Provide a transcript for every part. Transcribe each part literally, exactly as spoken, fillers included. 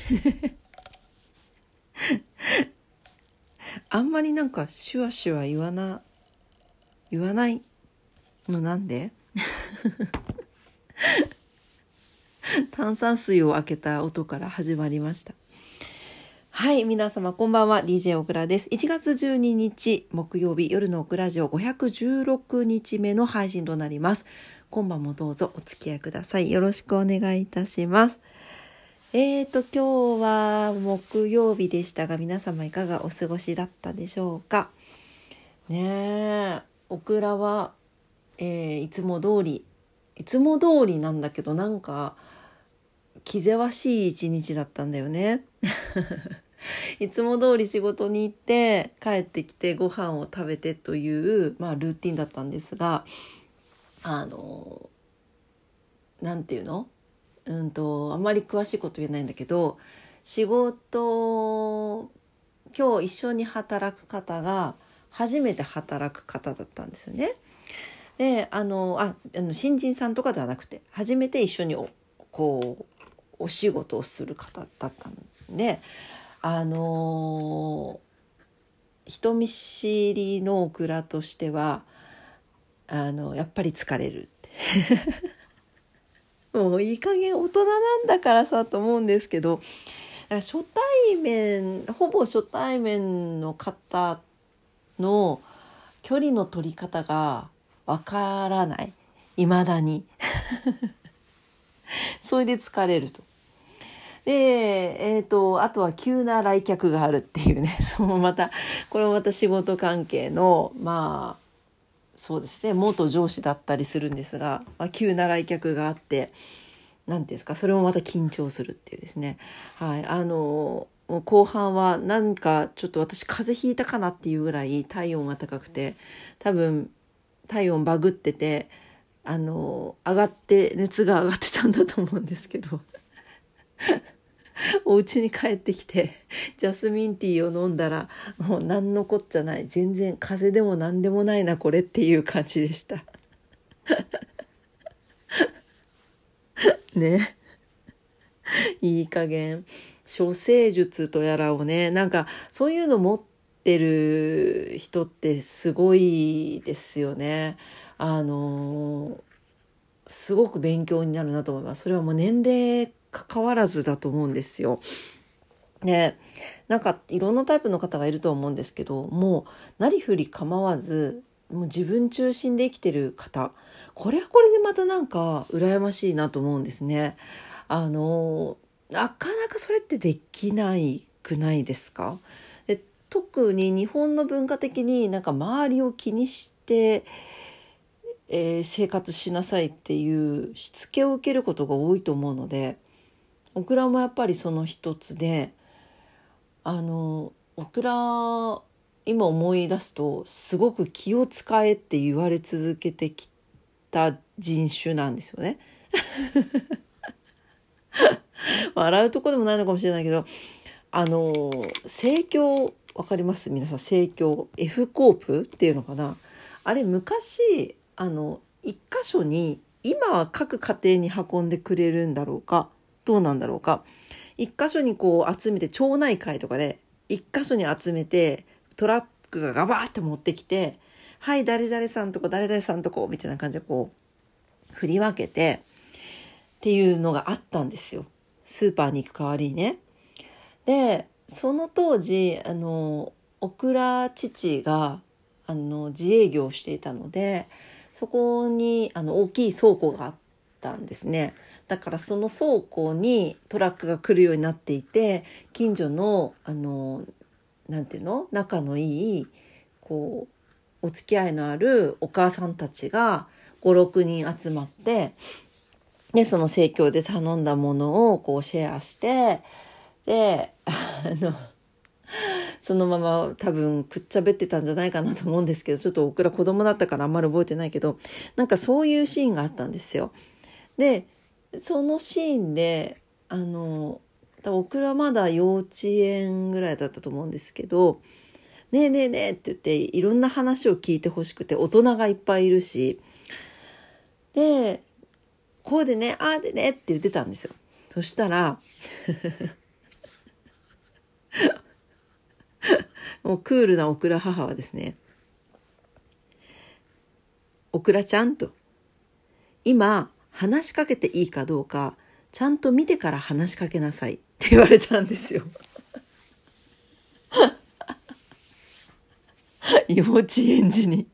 あんまりなんかシュワシュワ言わな言わないのなんで炭酸水を開けた音から始まりました。はい、皆様こんばんは。 ディージェー オクラです。いちがつじゅうににち木曜日、夜のオクラジオごひゃくじゅうろくにちめの配信となります。今晩もどうぞお付き合いください。よろしくお願いいたします。えーと今日は木曜日でしたが、皆様いかがお過ごしだったでしょうかね。えオクラは、えー、いつも通りいつも通りなんだけど、なんか気ぜわしい一日だったんだよねいつも通り仕事に行って帰ってきてご飯を食べてという、まあ、ルーティンだったんですが、あのなんていうのうんとあんまり詳しいこと言えないんだけど、仕事今日一緒に働く方が初めて働く方だったんですよね。であのああの新人さんとかではなくて、初めて一緒におこうお仕事をする方だったんで、あの人見知りのオクラとしてはあのやっぱり疲れるもういい加減大人なんだからさと思うんですけど、初対面ほぼ初対面の方の距離の取り方がわからない、未だにそれで疲れると。で、えーと、あとは急な来客があるっていうねそのまたこれもまた仕事関係のまあそうですね元上司だったりするんですが、まあ、急な来客があって、なんていうんですか、それもまた緊張するっていうですね。はい、あのもう後半はなんかちょっと私風邪ひいたかなっていうぐらい体温が高くて、多分体温バグってて、あの上がって熱が上がってたんだと思うんですけどお家に帰ってきてジャスミンティーを飲んだらもう何のこっちゃない、全然風邪でも何でもないなこれっていう感じでしたね。いい加減処世術とやらをね、なんかそういうの持ってる人ってすごいですよね。あのすごく勉強になるなと思います。それはもう年齢関わらずだと思うんですよ。ね、なんかいろんなタイプの方がいると思うんですけど、もうなりふり構わずもう自分中心で生きてる方、これはこれでまたなんか羨ましいなと思うんですね。あのなかなかそれってできないくないですか？で特に日本の文化的になんか周りを気にして、えー生活しなさいっていうしつけを受けることが多いと思うので、オクラもやっぱりその一つで、あのオクラ今思い出すとすごく気を使えって言われ続けてきた人種なんですよね。笑うとこでもないのかもしれないけど、あの生協わかります？皆さん生協 F コープっていうのかな、あれ昔あの一箇所に、今は各家庭に運んでくれるんだろうかどうなんだろうか、一箇所にこう集めて、町内会とかで一箇所に集めてトラックがガバーって持ってきて、はい誰々さんとこ誰々さんとこみたいな感じでこう振り分けてっていうのがあったんですよ、スーパーに行く代わりにね。でその当時あのオクラ父があの自営業をしていたので、そこにあの大きい倉庫があったんですね。だからその倉庫にトラックが来るようになっていて、近所のあのなんていうの仲のいいこうお付き合いのあるお母さんたちがご、ろくにん集まって、でその生協で頼んだものをこうシェアして、であのそのまま多分くっちゃべってたんじゃないかなと思うんですけど、ちょっと僕ら子供だったからあんまり覚えてないけど、なんかそういうシーンがあったんですよ。でそのシーンであの僕らまだ幼稚園ぐらいだったと思うんですけど、ねえねえねえって言っていろんな話を聞いてほしくて、大人がいっぱいいるし、でこうでねああでねって言ってたんですよ。そしたらもうクールなオクラ母はですね、オクラちゃんと、今話しかけていいかどうかちゃんと見てから話しかけなさいって言われたんですよ。幼稚園児に。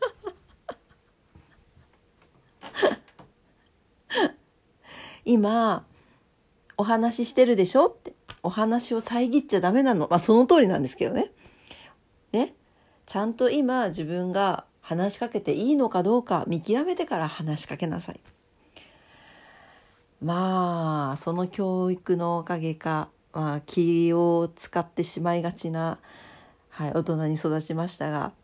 今お話ししてるでしょって、お話を遮っちゃダメなの。まあその通りなんですけどね。ね、ちゃんと今自分が話しかけていいのかどうか見極めてから話しかけなさい。まあその教育のおかげか、まあ、気を使ってしまいがちな、はい、大人に育ちましたが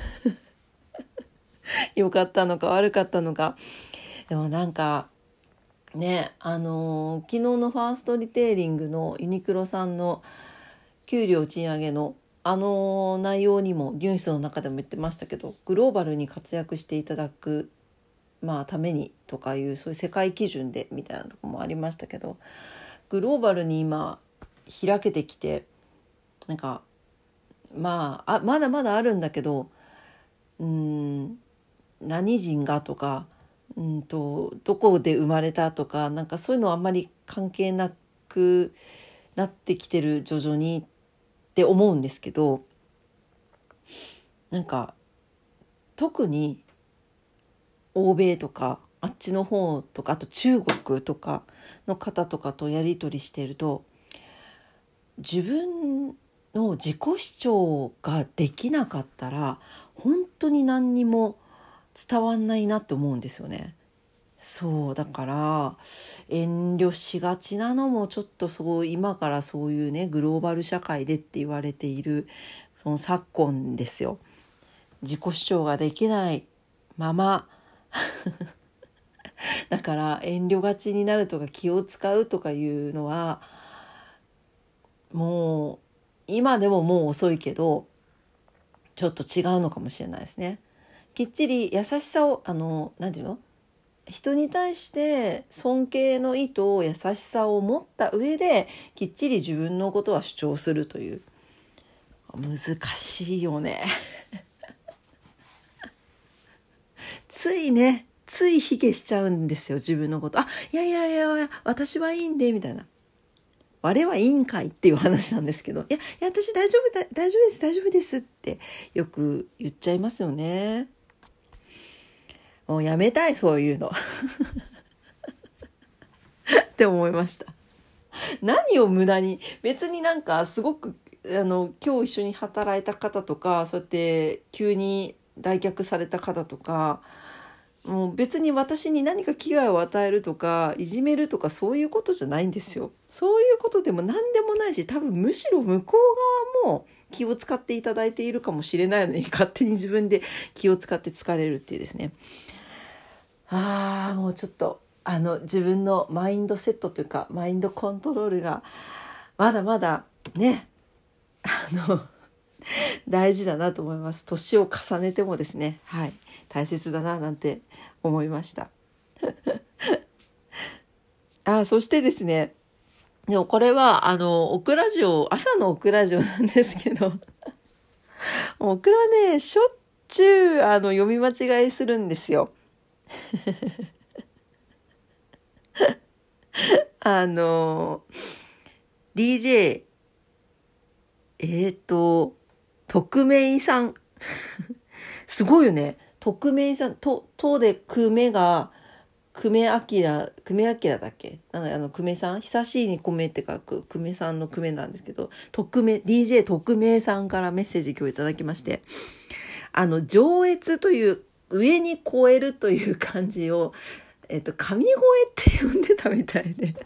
良かったのか悪かったのか。でもなんかね、あのー、昨日のファーストリテイリングのユニクロさんの給料賃上げのあの内容にもニュースの中でも言ってましたけど、グローバルに活躍していただく、まあ、ためにとかいうそういう世界基準でみたいなとこもありましたけど、グローバルに今開けてきて、なんかまあ、あまだまだあるんだけど、うーん何人がとか、うんとどこで生まれたとか、なんかそういうのはあんまり関係なくなってきてる徐々にって思うんですけど、なんか特に欧米とかあっちの方とか、あと中国とかの方とかとやり取りしていると、自分の自己主張ができなかったら本当に何にも伝わんないなって思うんですよね。そうだから遠慮しがちなのもちょっとそう今からそういうねグローバル社会でって言われているその昨今ですよ。自己主張ができないままだから遠慮がちになるとか気を使うとかいうのはもう今でももう遅いけどちょっと違うのかもしれないですね。きっちり優しさをあの何て言うの、人に対して尊敬の意と優しさを持った上できっちり自分のことは主張するという、難しいよねついねつい卑下しちゃうんですよ自分のこと。あいやいやいや私はいいんでみたいな、我はいいんかいっていう話なんですけど、いやいや私大丈夫だ大丈夫です大丈夫ですってよく言っちゃいますよね。もうやめたいそういうのって思いました。何を無駄に、別になんかすごくあの今日一緒に働いた方とか、そうやって急に来客された方とか、もう別に私に何か危害を与えるとかいじめるとかそういうことじゃないんですよ。そういうことでも何でもないし、多分むしろ向こう側も気を使っていただいているかもしれないのに勝手に自分で気を使って疲れるっていうですね。あーもうちょっとあの自分のマインドセットというかマインドコントロールがまだまだねあの大事だなと思います。年を重ねてもですね、はい大切だななんて思いましたあそしてですね、でもこれはあのオクラジオ朝のオクラジオなんですけどオクラねしょっちゅうあの読み間違いするんですよあの ディージェー えーと匿名さんすごいよね。匿名さんととで久米が久米明久米明だっけ、なんだあの久米さん、久しいに米って書く久米さんの久米なんですけど、匿名 ディージェー 匿名さんからメッセージ今日いただきまして、あの上越という上に超えるという漢字をえっと神声って呼んでたみたいで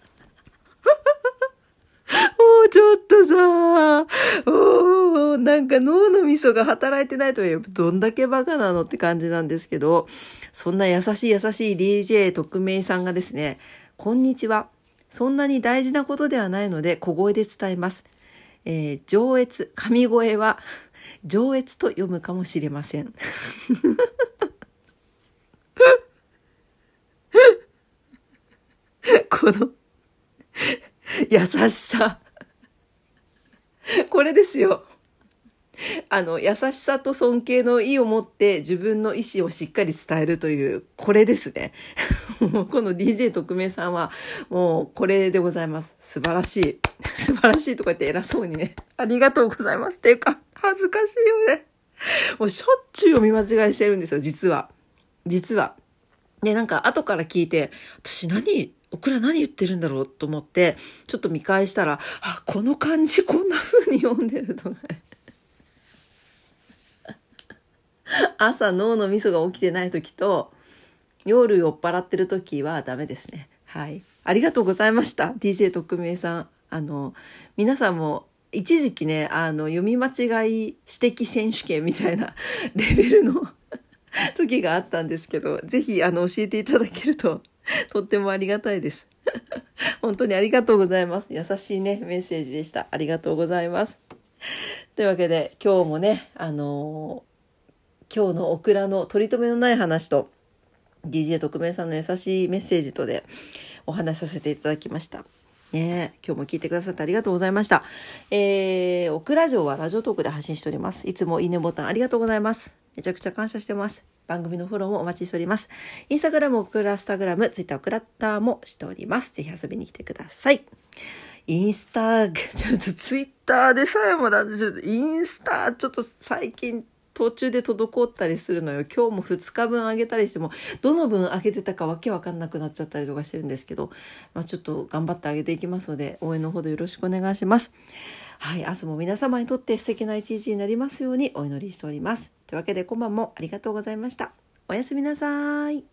もうちょっとさ、おなんか脳の味噌が働いてないとはどんだけバカなのって感じなんですけど、そんな優しい優しい ディージェー 特命さんがですね、こんにちは。そんなに大事なことではないので小声で伝えます。えー、上越、神声は上越と読むかもしれません。この優しさこれですよ。あの優しさと尊敬の意を持って自分の意思をしっかり伝えるというこれですね。この ディージェー 特命さんはもうこれでございます。素晴らしい素晴らしいとか言って偉そうにね、ありがとうございますっていうか恥ずかしいよね。もうしょっちゅう読み間違いしてるんですよ、実は実は。でなんか後から聞いて、私何オクラ何言ってるんだろうと思ってちょっと見返したら、あ、この漢字こんな風に読んでるとかね。朝脳の味噌が起きてない時と夜酔っ払ってる時はダメですね。はい、ありがとうございました ディージェー 特命さん。あの皆さんも一時期ね、あの読み間違い指摘選手権みたいなレベルの時があったんですけど、ぜひあの教えていただけるととってもありがたいです。本当にありがとうございます。優しいねメッセージでした。ありがとうございます。というわけで今日もね、あのー今日のオクラの取り留めのない話と ディージェー 特命さんの優しいメッセージとでお話しさせていただきました。ね、今日も聞いてくださってありがとうございました。えー、オクラジオはラジオトークで発信しております。いつもいいねボタンありがとうございます。めちゃくちゃ感謝してます。番組のフォローもお待ちしております。インスタグラムオクラスタグラム、ツイッターオクラッターもしております。ぜひ遊びに来てください。インスタ、ちょっとツイッターでさえもだ、ちょっとインスタ、ちょっと最近途中で滞ったりするのよ。今日もふつかぶんあげたりしてもどの分あげてたかわけわかんなくなっちゃったりとかしてるんですけど、まあ、ちょっと頑張ってあげていきますので応援のほどよろしくお願いします。はい、明日も皆様にとって素敵な一日になりますようにお祈りしております。というわけで今晩もありがとうございました。おやすみなさい。